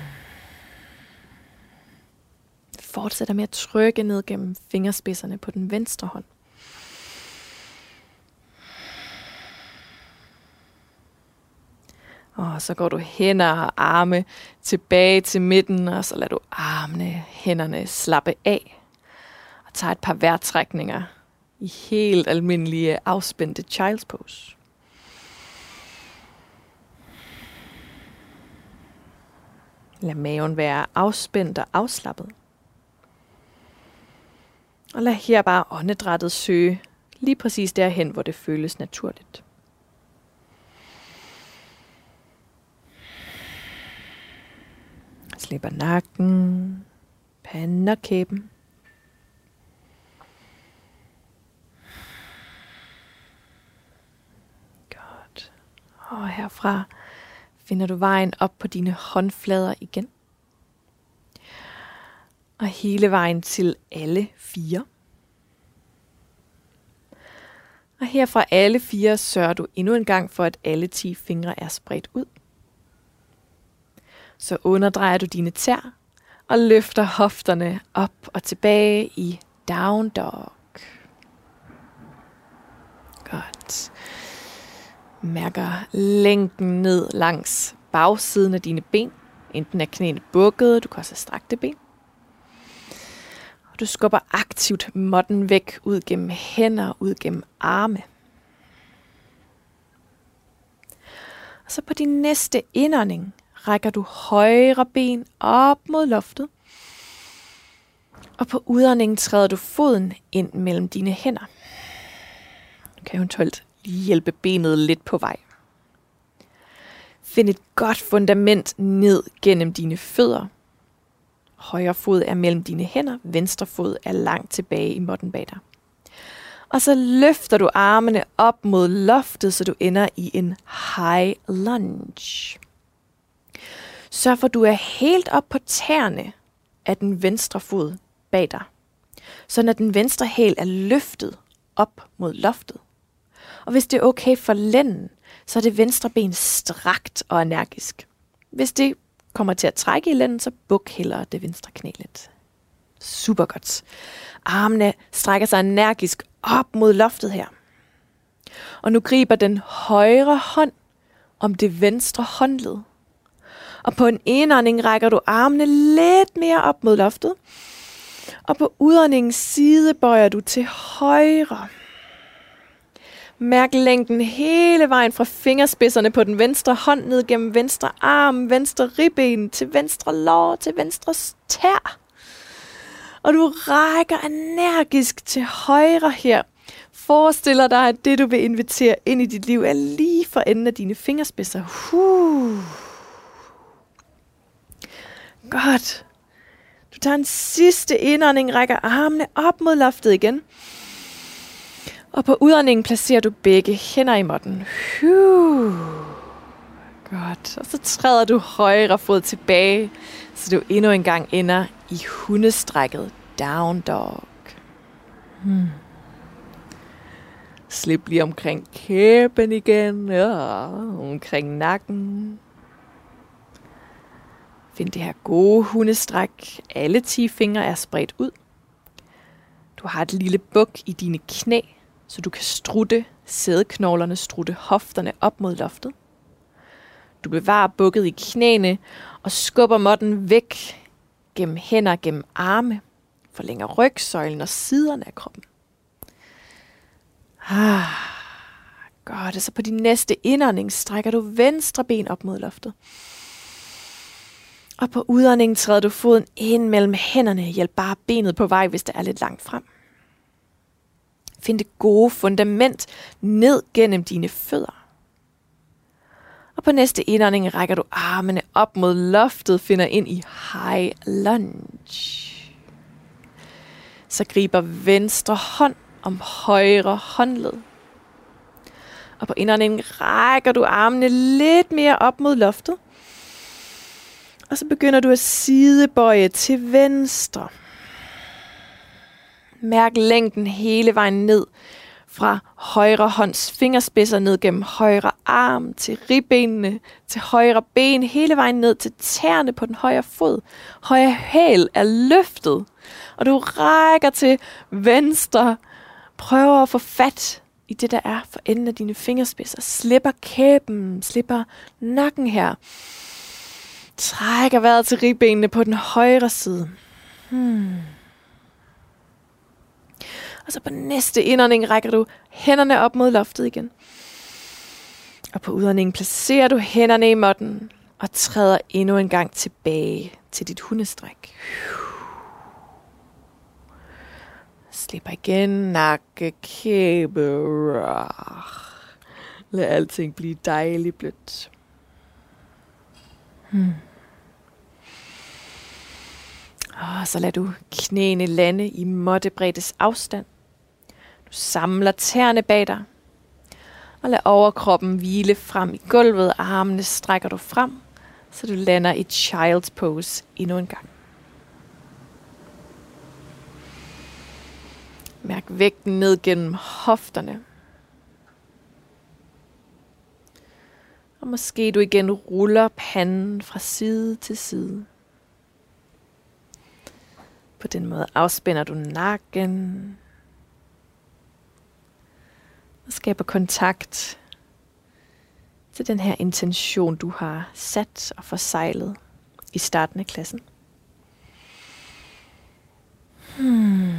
Fortsætter med at trykke ned gennem fingerspidserne på den venstre hånd. Og så går du hænder og arme tilbage til midten, og så lader du armene, hænderne slappe af. Og tager et par vejrtrækninger i helt almindelige afspændte child's pose. Lad maven være afspændt og afslappet. Og lad her bare åndedrættet søge lige præcis derhen, hvor det føles naturligt. Slipper nakken, panden og kæben. Godt. Og herfra finder du vejen op på dine håndflader igen. Og hele vejen til alle fire. Og herfra alle fire sørger du endnu en gang for, at alle ti fingre er spredt ud. Så underdrejer du dine tæer og løfter hofterne op og tilbage i down dog. Godt. Mærker længden ned langs bagsiden af dine ben. Enten er knæene bukket, du kan også have strakte ben. Og du skubber aktivt måtten væk ud gennem hænder, ud gennem arme. Og så på din næste indånding rækker du højre ben op mod loftet. Og på udåndingen træder du foden ind mellem dine hænder. Du kan eventuelt lige hjælpe benet lidt på vej. Find et godt fundament ned gennem dine fødder. Højre fod er mellem dine hænder, venstre fod er langt tilbage i måtten bag dig. Og så løfter du armene op mod loftet, så du ender i en high lunge. Sørg for, at du er helt op på tæerne af den venstre fod bag dig. Så når den venstre hæl er løftet op mod loftet. Og hvis det er okay for lænden, så er det venstre ben strakt og energisk. Hvis det kommer til at trække i lænden, så buk hellere det venstre knæ lidt. Super godt. Armene strækker sig energisk op mod loftet her. Og nu griber den højre hånd om det venstre håndled. Og på en indånding rækker du armene lidt mere op mod loftet. Og på udåndingens side bøjer du til højre. Mærk længden hele vejen fra fingerspidserne på den venstre hånd ned gennem venstre arm, venstre ribben, til venstre lår, til venstre tær. Og du rækker energisk til højre her. Forestiller dig, at det du vil invitere ind i dit liv er lige for enden af dine fingerspidser. Uh. Godt. Du tager en sidste indånding, rækker armene op mod loftet igen. Og på udåndingen placerer du begge hænder i måtten. Uh. Godt. Og så træder du højre fod tilbage, så du endnu en gang ender i hundestrækket down dog. Hmm. Slip lige omkring kæben igen, ja, omkring nakken. Find det her gode hundestræk. Alle ti fingre er spredt ud. Du har et lille buk i dine knæ, så du kan strutte sædeknoglerne, strutte hofterne op mod loftet. Du bevarer bukket i knæene og skubber måtten væk gennem hænder, gennem arme. Forlænger rygsøjlen og siderne af kroppen. Ah, godt. Så på din næste indånding strækker du venstre ben op mod loftet. Og på udåndingen træder du foden ind mellem hænderne. Hjælp bare benet på vej, hvis det er lidt langt frem. Find det gode fundament ned gennem dine fødder. Og på næste indånding rækker du armene op mod loftet, finder ind i high lunge. Så griber venstre hånd om højre håndled. Og på indåndingen rækker du armene lidt mere op mod loftet. Og så begynder du at sidebøje til venstre. Mærk længden hele vejen ned fra højre hånds fingerspidser ned gennem højre arm, til ribbenene, til højre ben, hele vejen ned til tæerne på den højre fod. Højre hæl er løftet, og du rækker til venstre. Prøver at få fat i det, der er for enden af dine fingerspidser. Slipper kæben, slipper nakken her. Trækker vejret til ribbenene på den højre side. Hmm. Og så på næste indånding rækker du hænderne op mod loftet igen. Og på udåndingen placerer du hænderne i måtten og træder endnu en gang tilbage til dit hundestræk. Slipper igen, nakke, kæbe. Lad alting blive dejligt blødt. Hmm. Og så lad du knæene lande i måttebreddes afstand. Du samler tæerne bag dig. Og lad overkroppen hvile frem i gulvet. Armene strækker du frem, så du lander i child's pose endnu en gang. Mærk vægten ned gennem hofterne. Og måske du igen ruller panden fra side til side. På den måde afspænder du nakken. Og skaber kontakt til den her intention, du har sat og forsejlet i starten af klassen. Hmm.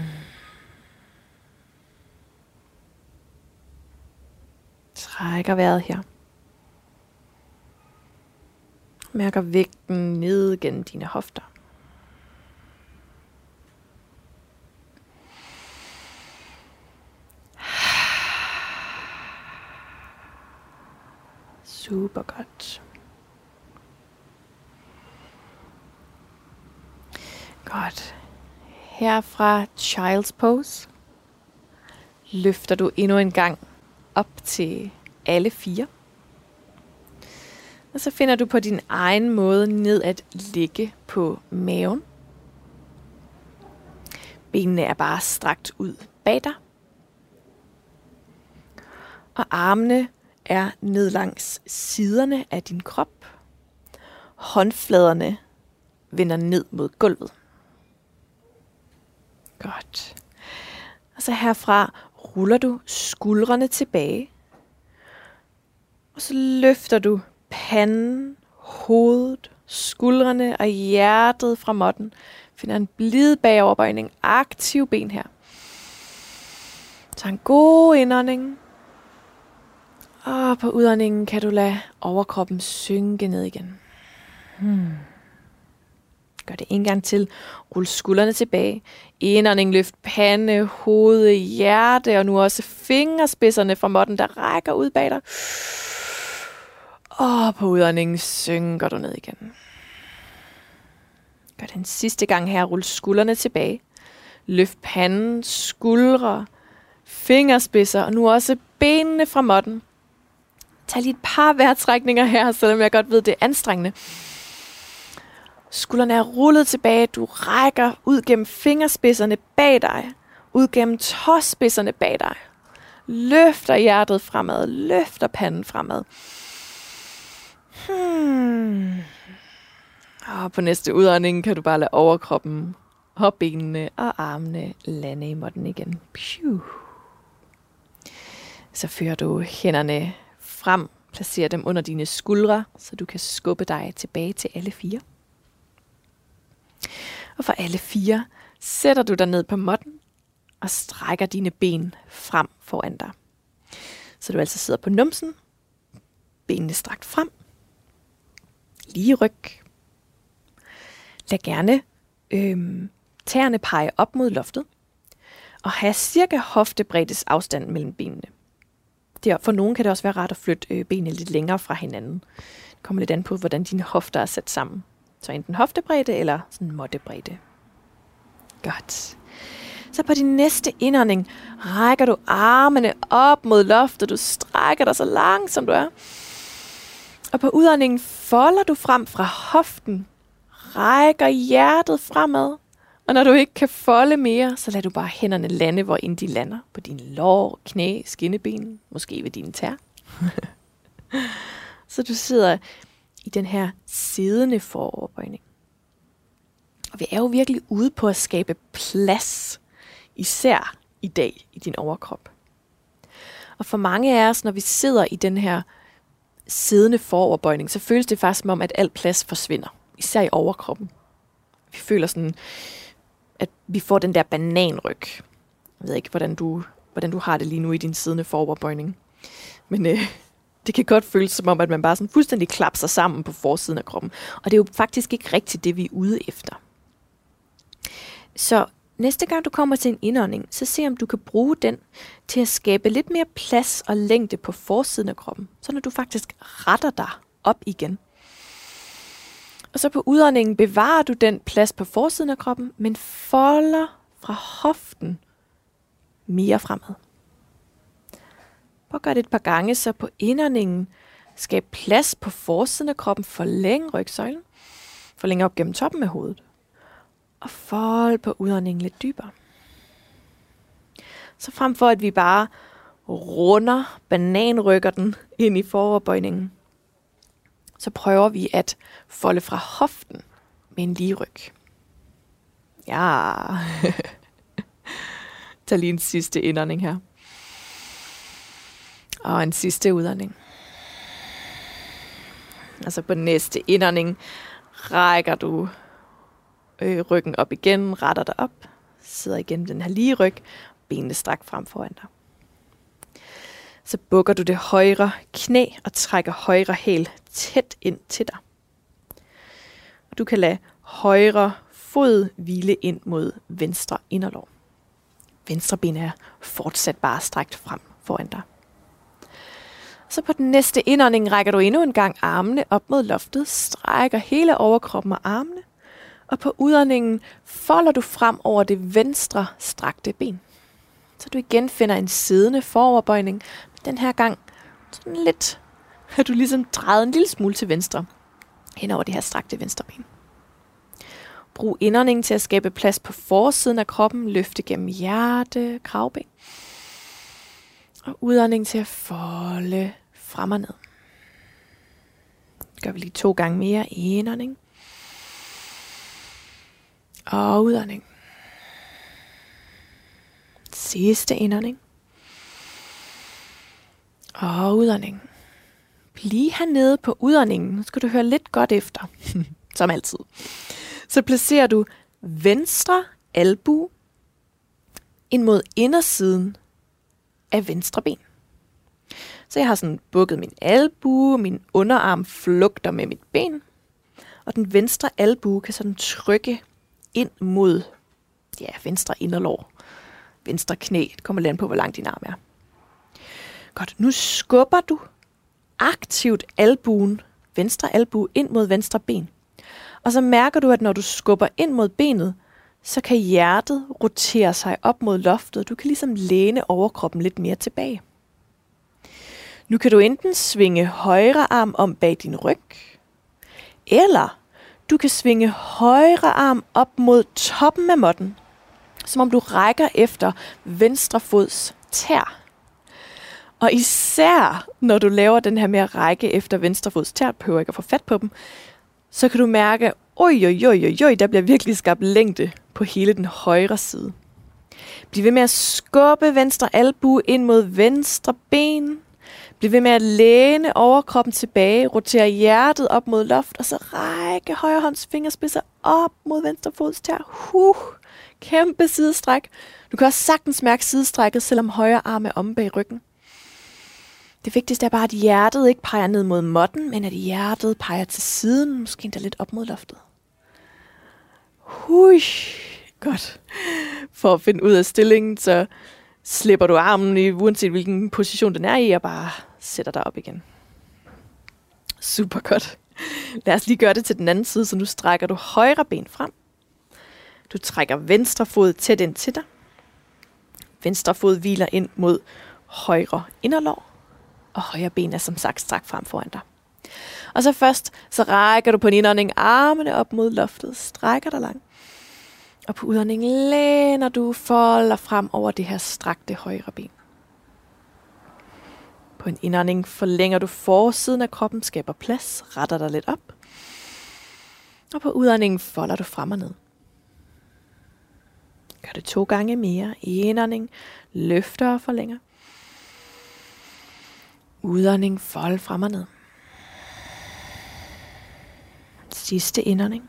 Trækker vejret her. Mærker vægten ned gennem dine hofter. Super godt. Godt. Herfra child's pose løfter du endnu en gang op til alle fire. Og så finder du på din egen måde ned at ligge på maven. Benene er bare strakt ud bag dig. Og armene er ned langs siderne af din krop. Håndfladerne vender ned mod gulvet. Godt. Og så herfra ruller du skuldrene tilbage. Og så løfter du panden, hovedet, skuldrene og hjertet fra måtten. Finder en blid bagoverbøjning. Aktiv ben her. Så en god indånding. Og på udåndingen kan du lade overkroppen synke ned igen. Hmm. Gør det en gang til. Rul skuldrene tilbage. Indånding, løft pande, hoved, hjerte og nu også fingerspidserne fra måtten, der rækker ud bag dig. Og på udåndingen synker du ned igen. Gør det en sidste gang her. Rul skuldrene tilbage. Løft panden, skuldre, fingerspidser og nu også benene fra måtten. Tag lige et par vejrtrækninger her, selvom jeg godt ved, det er anstrengende. Skuldrene er rullet tilbage. Du rækker ud gennem fingerspidserne bag dig. Ud gennem tåspidserne bag dig. Løfter hjertet fremad. Løfter panden fremad. Hmm. Og på næste udånding kan du bare lade overkroppen, hopbenene og armene lande i måtten igen. Piu. Så fører du hænderne frem, placerer dem under dine skuldre, så du kan skubbe dig tilbage til alle fire. Og for alle fire sætter du dig ned på måtten og strækker dine ben frem foran dig. Så du altså sidder på numsen, benene strakt frem, lige ryg. Lad gerne øhm, tæerne pege op mod loftet og have cirka hoftebreddes afstand mellem benene. Der, for nogen kan det også være rart at flytte øh, benene lidt længere fra hinanden. Det kommer lidt an på, hvordan dine hofter er sat sammen. Så enten hoftebredde eller sådan måttebredde. Godt. Så på din næste indånding rækker du armene op mod loftet. Du strækker dig så langt, som du er. Og på udåndingen folder du frem fra hoften. Rækker hjertet fremad. Og når du ikke kan folde mere, så lad du bare hænderne lande, hvor ind de lander. På dine lår, knæ, skinneben, måske ved dine tær. Så du sidder i den her siddende foroverbøjning. Og vi er jo virkelig ude på at skabe plads, især i dag i din overkrop. Og for mange af os, når vi sidder i den her siddende foroverbøjning, så føles det faktisk som om, at al plads forsvinder. Især i overkroppen. Vi føler sådan, at vi får den der bananryg. Jeg ved ikke, hvordan du, hvordan du har det lige nu i din siddende foroverbøjning. Men øh, det kan godt føles som om, at man bare sådan fuldstændig klapser sammen på forsiden af kroppen. Og det er jo faktisk ikke rigtigt det, vi er ude efter. Så næste gang du kommer til en indånding, så se om du kan bruge den til at skabe lidt mere plads og længde på forsiden af kroppen. Så når du faktisk retter dig op igen. Og så på udåndingen bevarer du den plads på forsiden af kroppen, men folder fra hoften mere fremad. Prøv at gøre det et par gange, så på indåndingen skab plads på forsiden af kroppen, forlæng rygsøjlen, forlæng op gennem toppen af hovedet. Og fold på udåndingen lidt dybere. Så frem for at vi bare runder, bananrykker den ind i foroverbøjningen, så prøver vi at folde fra hoften med en lige ryg. Ja. Tag lige en sidste indånding her. Og en sidste udånding. Altså på næste indånding rækker du øh, ryggen op igen, retter dig op, sidder igen den her lige ryg, benene strakt frem foran dig. Så bukker du det højre knæ og trækker højre hæl tæt ind til dig. Og du kan lade højre fod hvile ind mod venstre inderlår. Venstre ben er fortsat bare strakt frem foran dig. Så på den næste indånding rækker du endnu en gang armene op mod loftet, strækker hele overkroppen og armene, og på udåndingen folder du frem over det venstre strakte ben. Så du igen finder en siddende foroverbøjning. Den her gang sådan lidt, at du ligesom drejer en lille smule til venstre hen over det her strakte venstre ben. Brug indåndingen til at skabe plads på forsiden af kroppen, løfte gennem hjerte, kravben. Og udåndingen til at folde frem og ned. Gør vi lige to gange mere. Indånding. Og udånding. Sidste indånding. Og udånding. Bliv hernede på udåndingen. Nu skal du høre lidt godt efter. Som altid. Så placerer du venstre albue ind mod indersiden af venstre ben. Så jeg har sådan bukket min albue, min underarm flugter med mit ben, og den venstre albue kan sådan trykke ind mod ja, venstre inderlår, venstre knæ. Det kommer lidt på, hvor lang din arm er. Godt, nu skubber du aktivt albuen, venstre albue ind mod venstre ben. Og så mærker du, at når du skubber ind mod benet, så kan hjertet rotere sig op mod loftet. Du kan ligesom læne overkroppen lidt mere tilbage. Nu kan du enten svinge højre arm om bag din ryg, eller du kan svinge højre arm op mod toppen af måtten, som om du rækker efter venstre fods tær. Og især når du laver den her med at række efter venstre fods tær, behøver ikke at få fat på dem, så kan du mærke, oj, oj, oj, oj, oj, der bliver virkelig skabt længde på hele den højre side. Bliv ved med at skubbe venstre albue ind mod venstre ben. Bliv ved med at læne overkroppen tilbage, rotere hjertet op mod loft, og så række højre hånds fingerspidser op mod venstre fods tær. Huh, kæmpe sidestræk. Du kan også sagtens mærke sidestrækket, selvom højre arm er omme bag ryggen. Det vigtigste er bare, at hjertet ikke peger ned mod måtten, men at hjertet peger til siden, måske endda lidt op mod loftet. Hui, godt. For at finde ud af stillingen, så slipper du armen i uanset hvilken position den er i, og bare sætter dig op igen. Super godt. Lad os lige gøre det til den anden side, så nu strækker du højre ben frem. Du trækker venstre fod tæt ind til dig. Venstre fod hviler ind mod højre inderlår. Og højre ben er som sagt strakt frem foran dig. Og så først, så rækker du på en indånding armene op mod loftet. Strækker dig langt. Og på udåndingen læner du, folder frem over det her strakte højre ben. På en indånding forlænger du forsiden af kroppen, skaber plads, retter dig lidt op. Og på udåndingen folder du frem og ned. Gør det to gange mere. Indånding, løfter og forlænger. Udånding, fold frem og ned. Sidste indånding.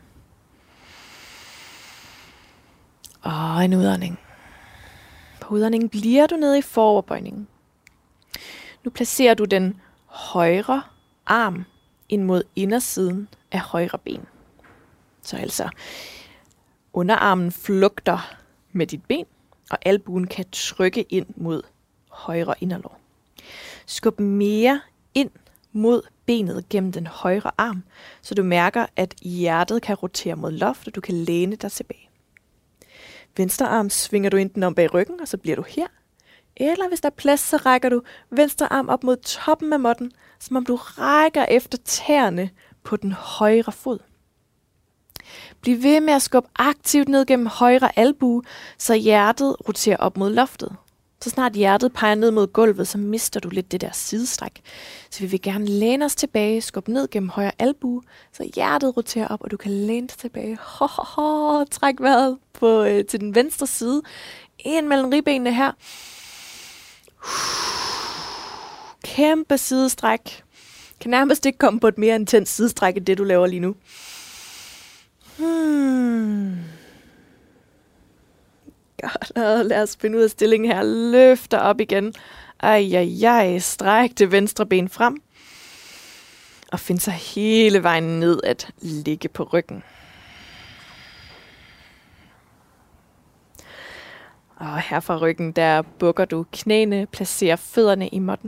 Og en udånding. På udåndingen bliver du nede i foroverbøjningen. Nu placerer du den højre arm ind mod indersiden af højre ben. Så altså underarmen flugter med dit ben, og albuen kan trykke ind mod højre inderlår. Skub mere ind mod benet gennem den højre arm, så du mærker, at hjertet kan rotere mod loftet, og du kan læne dig tilbage. Venstre arm svinger du enten om bag ryggen, og så bliver du her. Eller hvis der er plads, så rækker du venstre arm op mod toppen af måtten, som om du rækker efter tæerne på den højre fod. Bliv ved med at skubbe aktivt ned gennem højre albue, så hjertet roterer op mod loftet. Så snart hjertet peger ned mod gulvet, så mister du lidt det der sidestræk. Så vi vil gerne læne os tilbage, skubbe ned gennem højre albue, så hjertet roterer op, og du kan læne dig tilbage. Ho, ho, ho. Træk vejret på, øh, til den venstre side. Ind mellem ribbenene her. Kæmpe sidestræk. Kan nærmest ikke komme på et mere intens sidestræk, end det du laver lige nu. Hmm. Godt, og lad os finde ud af stillingen her. Løfter op igen. Ej, ej, ej. Stræk det venstre ben frem. Og find så hele vejen ned at ligge på ryggen. Og her fra ryggen, der bukker du knæene, placerer fødderne i måtten.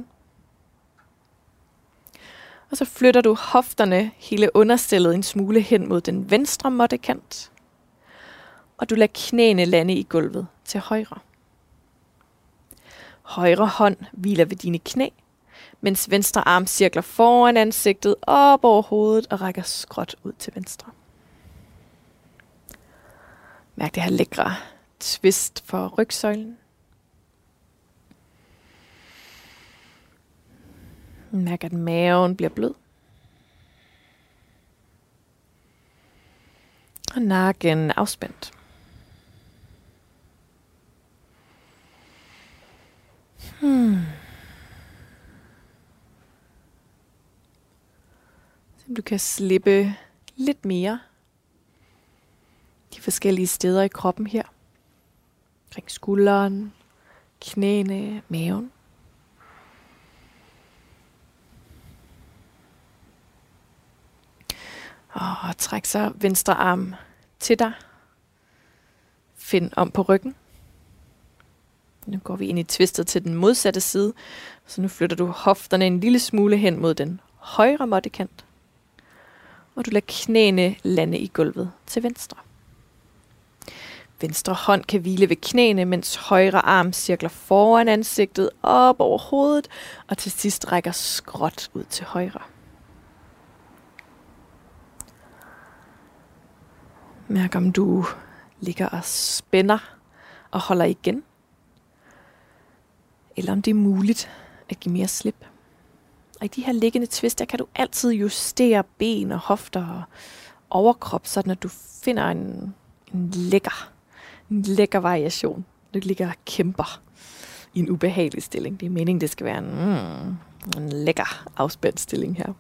Og så flytter du hofterne, hele understellet en smule hen mod den venstre måttekant. Og du lader knæene lande i gulvet til højre. Højre hånd hviler ved dine knæ, mens venstre arm cirkler foran ansigtet, op over hovedet og rækker skråt ud til venstre. Mærk det her lækre twist for rygsøjlen. Mærk, at maven bliver blød. Og nakken afspændt. Hmm. Så du kan slippe lidt mere de forskellige steder i kroppen her. Kring skulderen, knæene, maven. Og træk så venstre arm til dig. Find om på ryggen. Nu går vi ind i twistet til den modsatte side. Så nu flytter du hofterne en lille smule hen mod den højre måttekant. Og du lader knæene lande i gulvet til venstre. Venstre hånd kan hvile ved knæene, mens højre arm cirkler foran ansigtet, op over hovedet, og til sidst rækker skråt ud til højre. Mærk, om du ligger og spænder og holder igen. Eller om det er muligt at give mere slip. Og i de her liggende twist, der kan du altid justere ben og hofter og overkrop, sådan at du finder en, en lækker, en lækker variation. Du ligger og kæmper i en ubehagelig stilling. Det er meningen, det skal være en, mm, en lækker afspændt stilling her.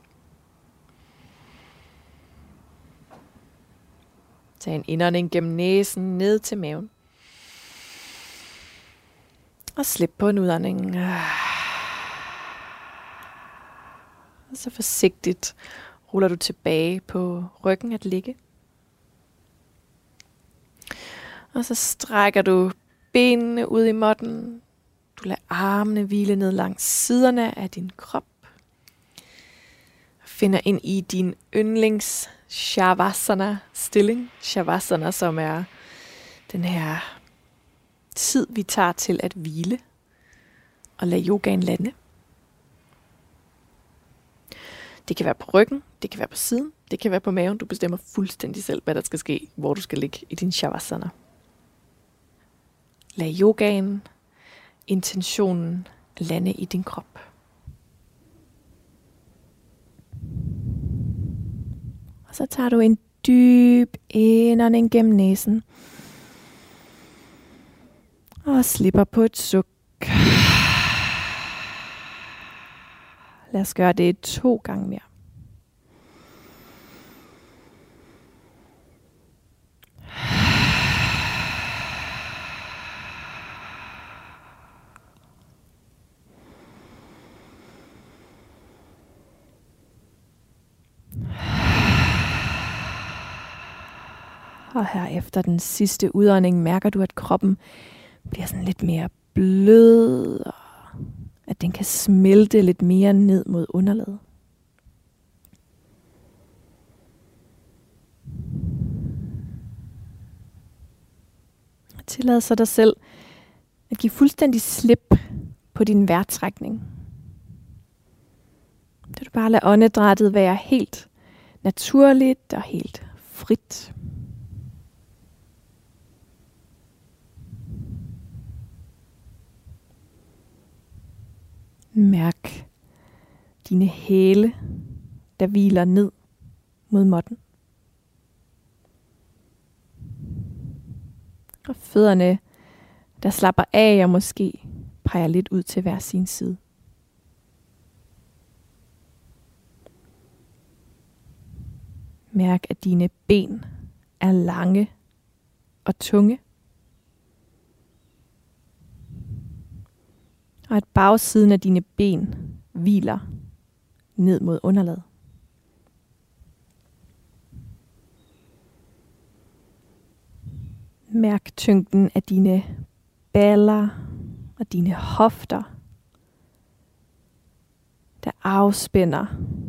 Tag en indånding gennem næsen ned til maven. Og slip på en udånding. Og så forsigtigt ruller du tilbage på ryggen at ligge. Og så strækker du benene ud i måtten. Du lader armene hvile ned langs siderne af din krop. Finder ind i din yndlings Shavasana stilling. Shavasana, som er den her tid, vi tager til at hvile og lade yogaen lande. Det kan være på ryggen, det kan være på siden, det kan være på maven. Du bestemmer fuldstændig selv, hvad der skal ske, hvor du skal ligge i din Shavasana. Lad yogaen, intentionen lande i din krop. Og så tager du en dyb indånding gennem næsen. Og slipper på et suk. Lad os gøre det to gange mere. Og her efter den sidste udånding mærker du, at kroppen bliver sådan lidt mere blød, og at den kan smelte lidt mere ned mod underlaget. Tillad så dig selv at give fuldstændig slip på din vejrtrækning. Så du bare lader åndedrættet være helt naturligt og helt frit. Mærk dine hæle, der hviler ned mod måtten. Og fødderne, der slapper af og måske peger lidt ud til hver sin side. Mærk, at dine ben er lange og tunge. Og at bagsiden af dine ben hviler ned mod underlaget. Mærk tyngden af dine baller og dine hofter, der afspænder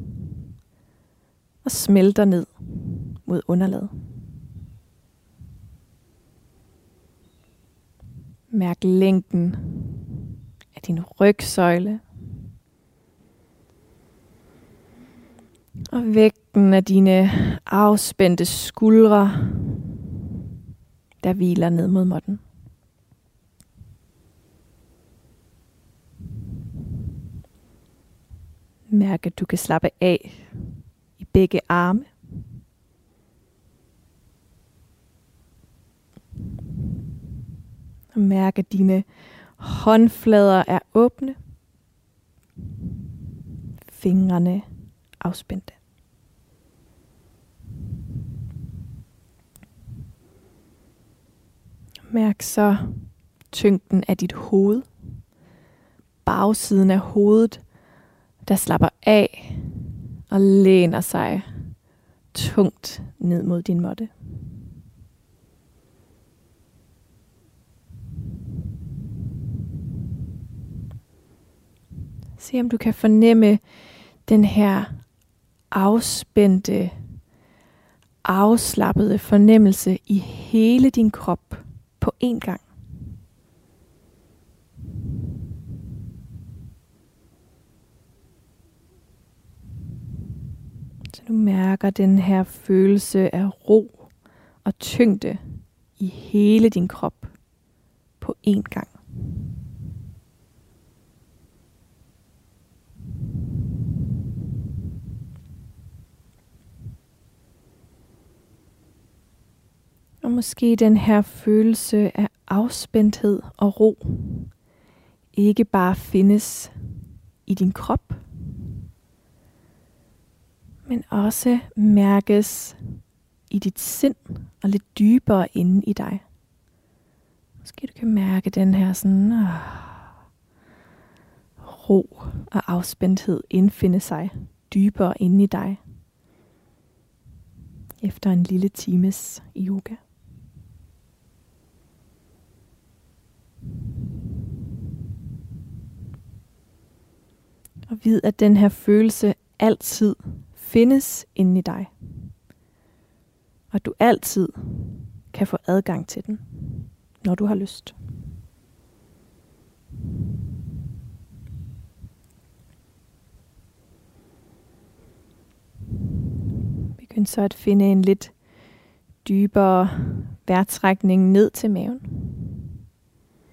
og smelter ned mod underlaget. Mærk længden af din rygsøjle og vægten af dine afspændte skuldre, der hviler ned mod måtten. Mærk, at du kan slappe af i begge arme. Og mærk, at dine håndflader er åbne. Fingrene afspændte. Mærk så tyngden af dit hoved. Bagsiden af hovedet, der slapper af og læner sig tungt ned mod din måtte. Se om du kan fornemme den her afspændte, afslappede fornemmelse i hele din krop på én gang. Så du mærker den her følelse af ro og tyngde i hele din krop på én gang. Og måske den her følelse af afspændthed og ro ikke bare findes i din krop, men også mærkes i dit sind og lidt dybere inde i dig. Måske du kan mærke den her sådan øh, ro og afspændthed indfinde sig dybere inde i dig efter en lille times yoga. Og vid, at den her følelse altid findes inde i dig. Og du altid kan få adgang til den, når du har lyst. Begynd så at finde en lidt dybere vejrtrækning ned til maven.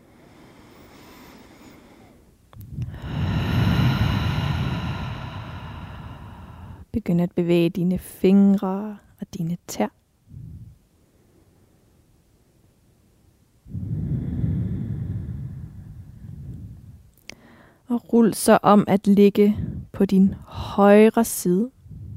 Begynd at bevæge dine fingre og dine tær. Og rul så om at ligge på din højre side.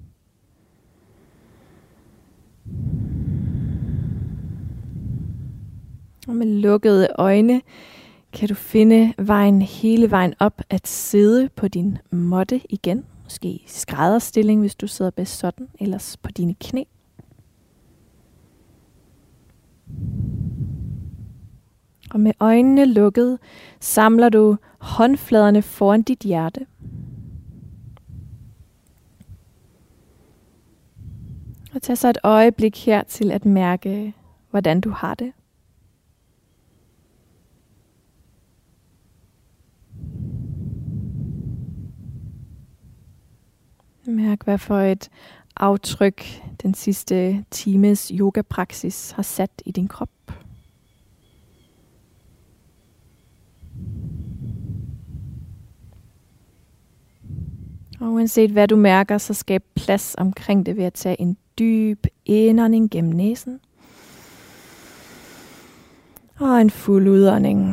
Og med lukkede øjne kan du finde vejen hele vejen op at sidde på din måtte igen. Måske i skrædderstilling, hvis du sidder bedst sådan, ellers på dine knæ. Og med øjnene lukket, samler du håndfladerne foran dit hjerte. Og tag så et øjeblik her til at mærke, hvordan du har det. Mærk, hvad for et aftryk den sidste times yogapraksis har sat i din krop. Og uanset hvad du mærker, så skab plads omkring det ved at tage en dyb indånding gennem næsen. Og en fuld udånding.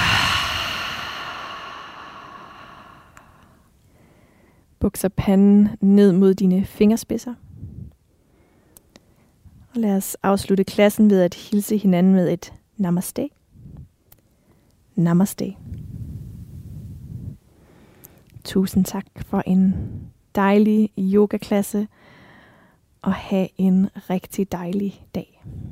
Bukser panden ned mod dine fingerspidser. Og lad os afslutte klassen ved at hilse hinanden med et namaste. Namaste. Tusind tak for en dejlig yogaklasse, og have en rigtig dejlig dag.